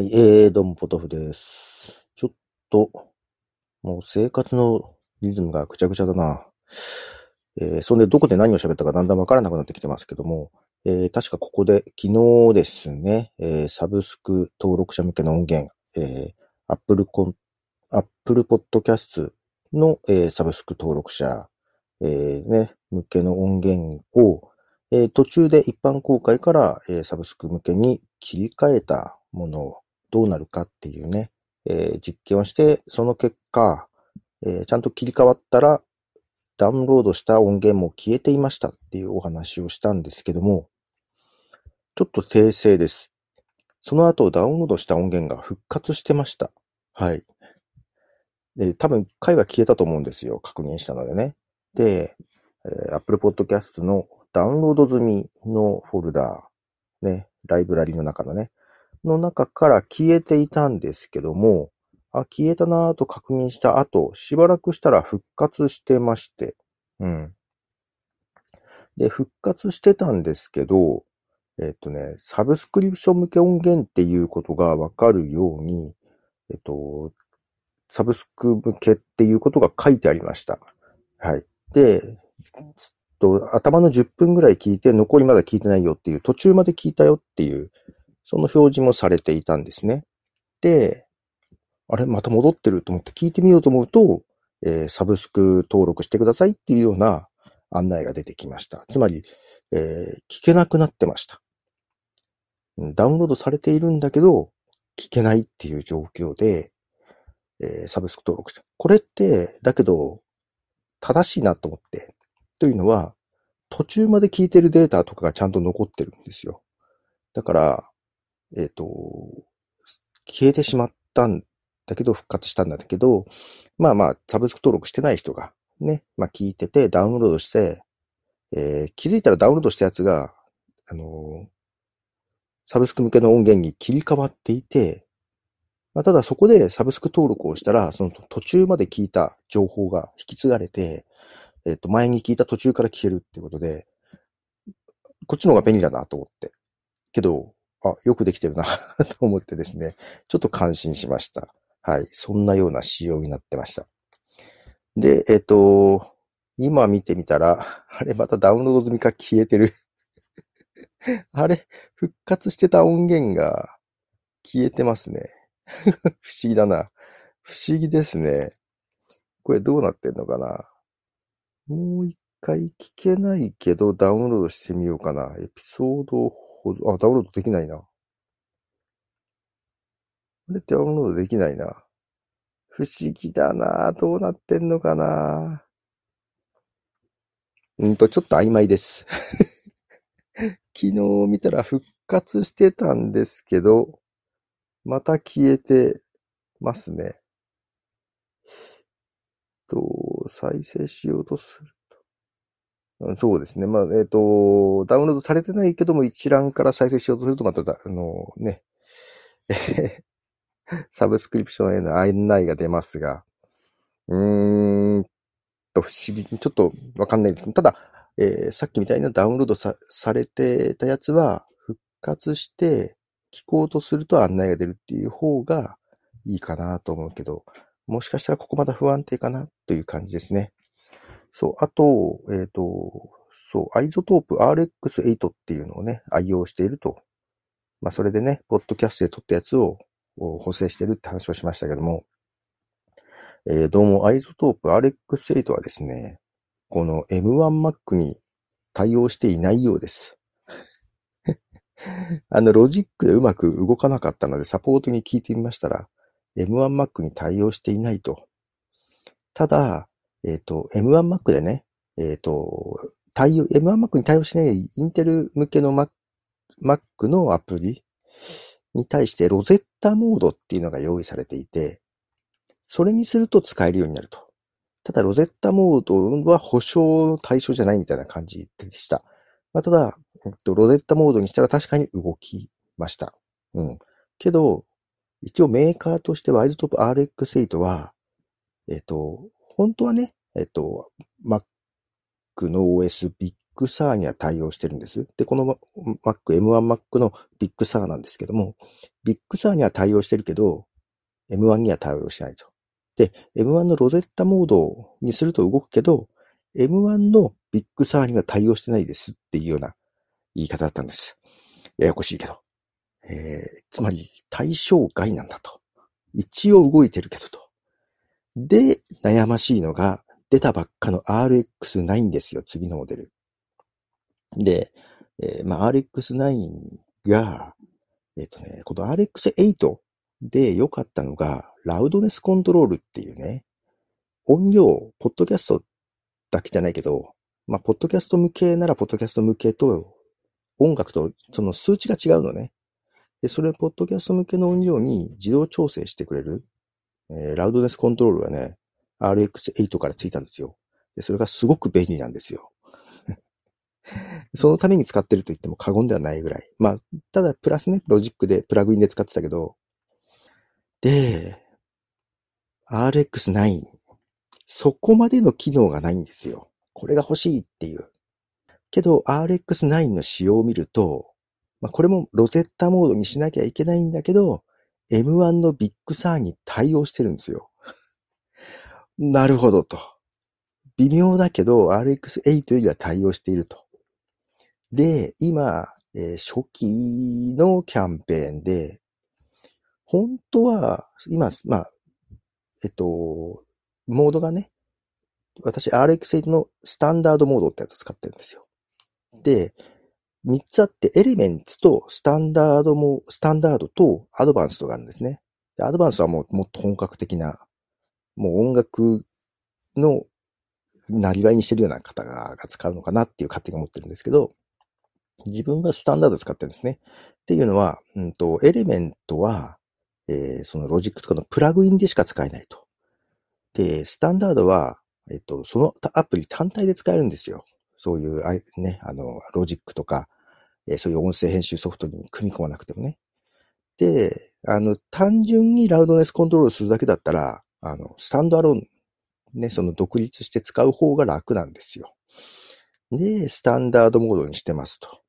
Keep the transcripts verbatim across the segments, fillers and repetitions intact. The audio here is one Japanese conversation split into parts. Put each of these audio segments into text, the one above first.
はい、えー、どうも、ポトフです。ちょっと、もう生活のリズムがぐちゃぐちゃだな。えー、そんでどこで何を喋ったかだんだんわからなくなってきてますけども、えー、確かここで昨日ですね、えー、サブスク登録者向けの音源、えー、Apple コン、Apple Podcast の、えー、サブスク登録者、えー、ね、向けの音源を、えー、途中で一般公開から、えー、サブスク向けに切り替えたものをどうなるかっていうね、えー実験をして、その結果、えーちゃんと切り替わったら、ダウンロードした音源も消えていましたっていうお話をしたんですけども、ちょっと訂正です。その後ダウンロードした音源が復活してました。はい。で、多分一回は消えたと思うんですよ。確認したのでね。で、えー Apple Podcast のダウンロード済みのフォルダー、ね、ライブラリの中のね、の中から消えていたんですけども、あ、消えたなぁと確認した後、しばらくしたら復活してまして、うん。で、復活してたんですけど、えっとね、サブスクリプション向け音源っていうことがわかるように、えっと、サブスク向けっていうことが書いてありました。はい。で、と頭のじゅっぷんぐらい聞いて、残りまだ聞いてないよっていう、途中まで聞いたよっていう、その表示もされていたんですね。で、あれ、また戻ってると思って聞いてみようと思うと、えーサブスク登録してくださいっていうような案内が出てきました。つまり、えー聞けなくなってました。ダウンロードされているんだけど、聞けないっていう状況で、えーサブスク登録した。これって、だけど、正しいなと思って。というのは、途中まで聞いてるデータとかがちゃんと残ってるんですよ。だから、えっと、消えてしまったんだけど、復活したんだけど、まあまあ、サブスク登録してない人が、ね、まあ聞いてて、ダウンロードして、えー気づいたらダウンロードしたやつが、あのーサブスク向けの音源に切り替わっていて、まあ、ただそこでサブスク登録をしたら、その途中まで聞いた情報が引き継がれて、えっと、前に聞いた途中から消えるっていうことで、こっちの方が便利だなと思って。けど、あ、よくできてるなと思ってですね、ちょっと感心しました。はい。そんなような仕様になってました。で、えっと、今見てみたら、あれまたダウンロード済みか消えてる。あれ、復活してた音源が消えてますね。不思議だな。不思議ですね。これどうなってんのかな。もう一回聞けないけどダウンロードしてみようかな。エピソードほど、あ、ダウンロードできないな。これってダウンロードできないな。不思議だな。どうなってんのかな。うんと、ちょっと曖昧です。昨日見たら復活してたんですけど、また消えてますね。と、再生しようとする。うんそうですね。まあ、えっと、ダウンロードされてないけども一覧から再生しようとするとまただ、あのね、サブスクリプションへの案内が出ますが、うーんと不思議、ちょっとわかんないですけど、ただ、えーさっきみたいなダウンロードさ、されてたやつは復活して聞こうとすると案内が出るっていう方がいいかなと思うけど、もしかしたらここまだ不安定かなという感じですね。そう、あと、えっと、そう、アイゾトープ アールエックスエイト っていうのをね、愛用していると。まあ、それでね、ポッドキャストで撮ったやつをお補正してるって話をしましたけども、えーどうもアイゾトープ アールエックスエイト はですね、この エムワンマック に対応していないようです。あの、ロジックでうまく動かなかったので、サポートに聞いてみましたら、エムワンマック に対応していないと。ただ、えっと、エムワンマック でね、えっと、対応、エムワンマック に対応しないインテル向けの Mac, Mac のアプリに対してロゼッタモードっていうのが用意されていて、それにすると使えるようになると。ただ、ロゼッタモードは保証の対象じゃないみたいな感じでした。まあ、ただ、えっと、ロゼッタモードにしたら確かに動きました。うん。けど、一応メーカーとしては アイゾトープ アールエックスエイト は、えっと、本当はね、えっと、Mac の オーエス ビッグサーには対応してるんです。で、この Mac、エムワン Mac のビッグサーなんですけども、ビッグサーには対応してるけど、エムワン には対応してないと。で、エムワン のロゼッタモードにすると動くけど、エムワン のビッグサーには対応してないですっていうような言い方だったんです。ややこしいけど。えー、つまり対象外なんだと。一応動いてるけどと。で、悩ましいのが出たばっかの アールエックスナイン ですよ、次のモデル。で、えー、まあ アールエックスナイン が、えっとね、この アールエックスエイト で良かったのが、ラウドネスコントロールっていうね、音量、ポッドキャストだけじゃないけど、まあ、ポッドキャスト向けならポッドキャスト向けと、音楽とその数値が違うのね。で、それをポッドキャスト向けの音量に自動調整してくれる、えー、ラウドネスコントロールがね、アールエックスエイト からついたんですよ。で、それがすごく便利なんですよ。そのために使ってると言っても過言ではないぐらい。まあ、ただプラスね、ロジックでプラグインで使ってたけど、で、アールエックスナイン、そこまでの機能がないんですよ。これが欲しいっていう。けど アールエックスナイン の仕様を見ると、まあ、これもロゼッタモードにしなきゃいけないんだけど、エムワン のビッグサーに対応してるんですよ。なるほどと。微妙だけど アールエックスエイト よりは対応していると。で、今、えー、初期のキャンペーンで、本当は、今、まあ、えっと、モードがね、私 アールエックスエイト のスタンダードモードってやつを使ってるんですよ。で、三つあって、エレメンツとスタンダードも、スタンダードとアドバンストがあるんですね。でアドバンストはもうもっと本格的な、もう音楽のなりわいにしてるような方が使うのかなっていう勝手に思ってるんですけど、自分はスタンダード使ってるんですね。っていうのは、うんと、エレメントは、えー、そのロジックとかのプラグインでしか使えないと。で、スタンダードは、えっと、そのアプリ単体で使えるんですよ。そういう、ね、あの、ロジックとか、えー、そういう音声編集ソフトに組み込まなくてもね。で、あの、単純にラウドネスコントロールするだけだったら、あの、スタンドアローン、ね、その独立して使う方が楽なんですよ。で、スタンダードモードにしてますと。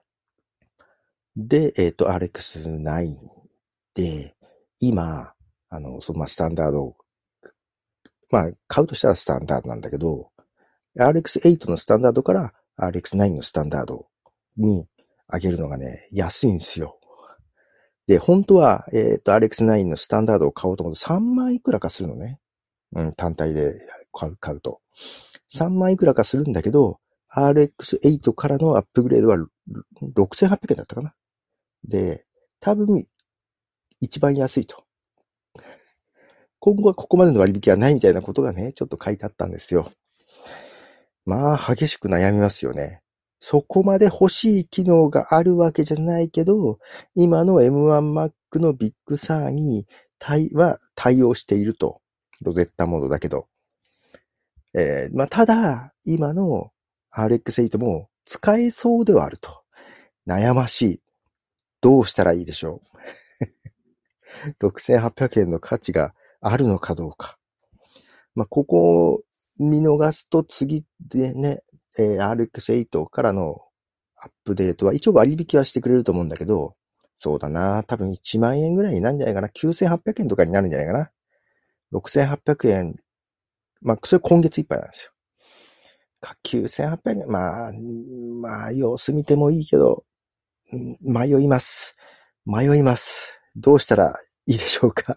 で、えっと、アールエックスナイン で、今、あの、その、まあ、スタンダード、まあ、買うとしたらスタンダードなんだけど、アールエックスエイト のスタンダードから アールエックスナイン のスタンダードに上げるのがね、安いんですよ。で、本当は、えっと、アールエックスナイン のスタンダードを買おうと思うとさんまんいくらかするのね。うん、単体で買う、買うと。さんまんいくらかするんだけど、アールエックスエイト からのアップグレードはろくせんはっぴゃくえんだったかな。で、多分、一番安いと。今後はここまでの割引はないみたいなことがね、ちょっと書いてあったんですよ。まあ、激しく悩みますよね。そこまで欲しい機能があるわけじゃないけど、今の エムワン Mac のビッグサーに対は対応していると。ロゼッタモードだけど。えー、まあ、ただ、今の アールエックスエイト も使えそうではあると。悩ましい。どうしたらいいでしょう。ろくせんはっぴゃくえんの価値があるのかどうか。まあ、ここを見逃すと次でね、えー、アールエックスエイト からのアップデートは一応割引はしてくれると思うんだけど、そうだな、多分いちまんえんぐらいになるんじゃないかな。きゅうせんはっぴゃくえんとかになるんじゃないかな。ろくせんはっぴゃくえん。まあ、それ今月いっぱいなんですよ。か、きゅうせんはっぴゃくえん。まあ、まあ、様子見てもいいけど、迷います。迷います。どうしたらいいでしょうか。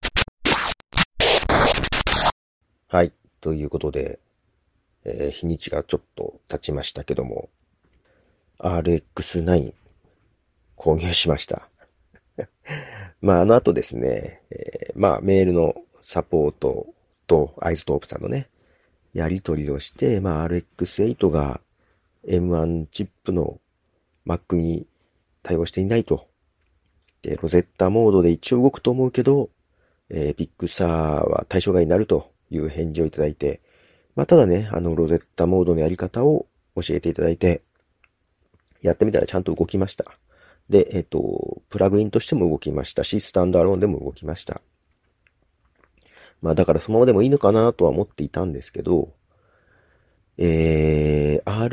はい。ということで、えー、日にちがちょっと経ちましたけども、アールエックスナイン 購入しました。まあ、あの後ですね、えー、まあ、メールのサポートとアイズトープさんのね、やり取りをして、まあ、アールエックスエイト が エムワン チップの Mac に対応していないと。で、ロゼッタモードで一応動くと思うけど、えー、ビッグサーは対象外になるという返事をいただいて、まあ、ただね、あの、ロゼッタモードのやり方を教えていただいて、やってみたらちゃんと動きました。で、えっと、プラグインとしても動きましたし、スタンドアローンでも動きました。まあだからそのままでもいいのかなとは思っていたんですけど、えー、アールエッ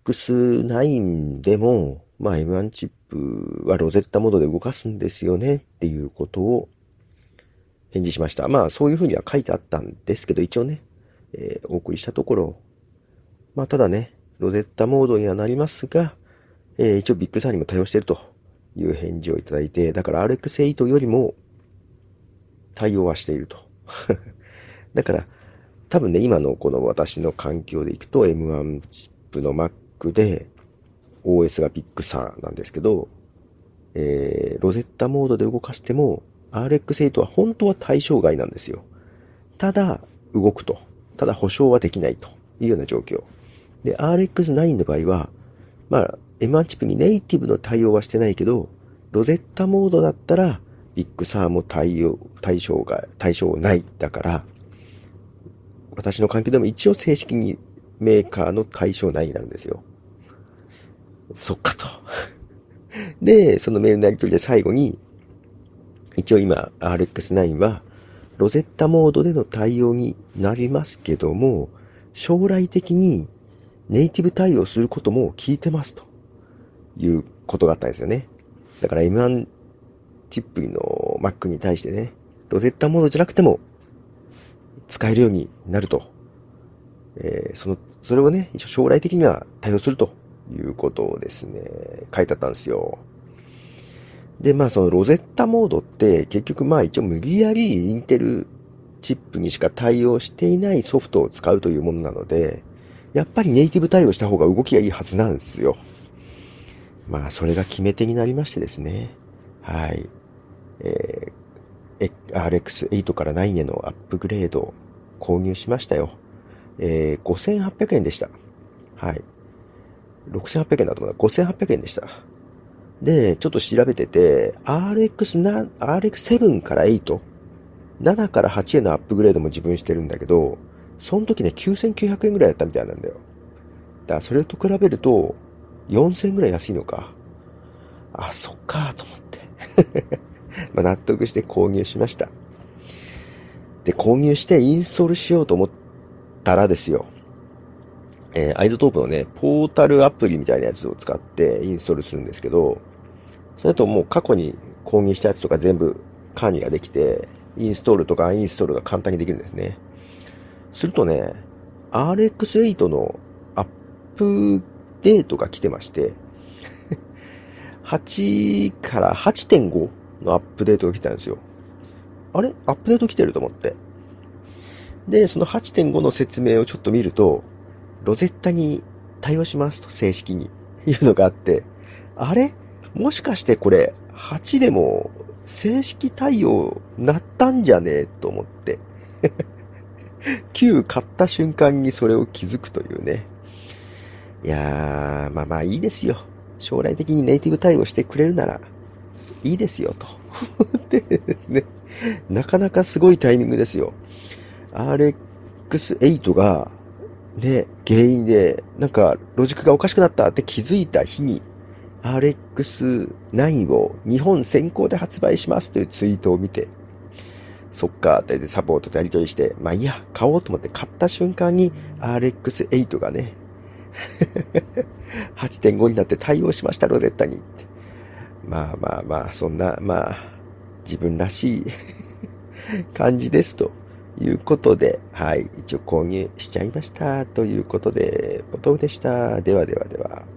クスナイン でも、まあ エムワン チップはロゼッタモードで動かすんですよねっていうことを返事しました。まあそういうふうには書いてあったんですけど、一応ね、えー、お送りしたところ、まあただね、ロゼッタモードにはなりますが、えー、一応ビッグサーにも対応しているという返事をいただいて、だから アールエックスエイト よりも対応はしていると。だから多分ね、今のこの私の環境でいくと エムワン チップの Mac で オーエス がビッグサーなんですけど、えー、ロゼッタモードで動かしても アールエックスエイト は本当は対象外なんですよ。ただ動くと。ただ保証はできないというような状況。で、アールエックスナイン の場合は、まあ、エムワン チップにネイティブの対応はしてないけど、ロゼッタモードだったら、ビッグサーも対応、対象が、対象ない。だから、私の環境でも一応正式にメーカーの対象内になるんですよ。そっかと。で、そのメールのやり取りで最後に、一応今 アールエックスナイン はロゼッタモードでの対応になりますけども、将来的にネイティブ対応することも聞いてますということがあったんですよね。だから エムワン チップの Mac に対してね、ロゼッタモードじゃなくても使えるようになると。えー、その、それをね、一応将来的には対応するということをですね、書いてあったんですよ。で、まあそのロゼッタモードって結局まあ一応無理やりインテルチップにしか対応していないソフトを使うというものなので、やっぱりネイティブ対応した方が動きがいいはずなんですよ。まあそれが決め手になりましてですね。はい。えー、アールエックスエイト からナインへのアップグレードを購入しましたよ。えー、ごせんはっぴゃくえんでした。はい。ろくせんはっぴゃくえんだと思う。ごせんはっぴゃくえんでした。で、ちょっと調べてて、アールエックス な、アールエックスセブン からはち、ななからはちへのアップグレードも自分してるんだけど、その時ね、きゅうせんきゅうひゃくえんぐらいだったみたいなんだよ。だからそれと比べると、よんせんえんぐらい安いのか。あ、そっかと思って。まあ納得して購入しました。で、購入してインストールしようと思ったらですよ。えー、アイゾトープのね、ポータルアプリみたいなやつを使ってインストールするんですけど、それともう過去に購入したやつとか全部管理ができて、インストールとかアンインストールが簡単にできるんですね。するとね、アールエックスエイト のアップデートが来てまして、はちから はちてんご のアップデートが来たんですよ。あれアップデート来てると思って。で、その はちてんご の説明をちょっと見ると、ロゼッタに対応しますと正式にいうのがあって、あれもしかしてこれはちでも正式対応なったんじゃねえと思って。きゅう買った瞬間にそれを気づくというね。いやー、まあまあいいですよ。将来的にネイティブ対応してくれるならいいですよと。でですね、なかなかすごいタイミングですよ。アールエックスエイト がね、原因でなんかロジックがおかしくなったって気づいた日に アールエックスナイン を日本先行で発売しますというツイートを見て、そっかってでサポートとやり取りして、まあいいや、買おうと思って買った瞬間に アールエックスエイト がね、はちてんご になって対応しましたロゼッタにって。まあまあまあ、そんな、まあ、自分らしい感じですということで、はい、一応購入しちゃいましたということで、ボトムでした。ではではでは。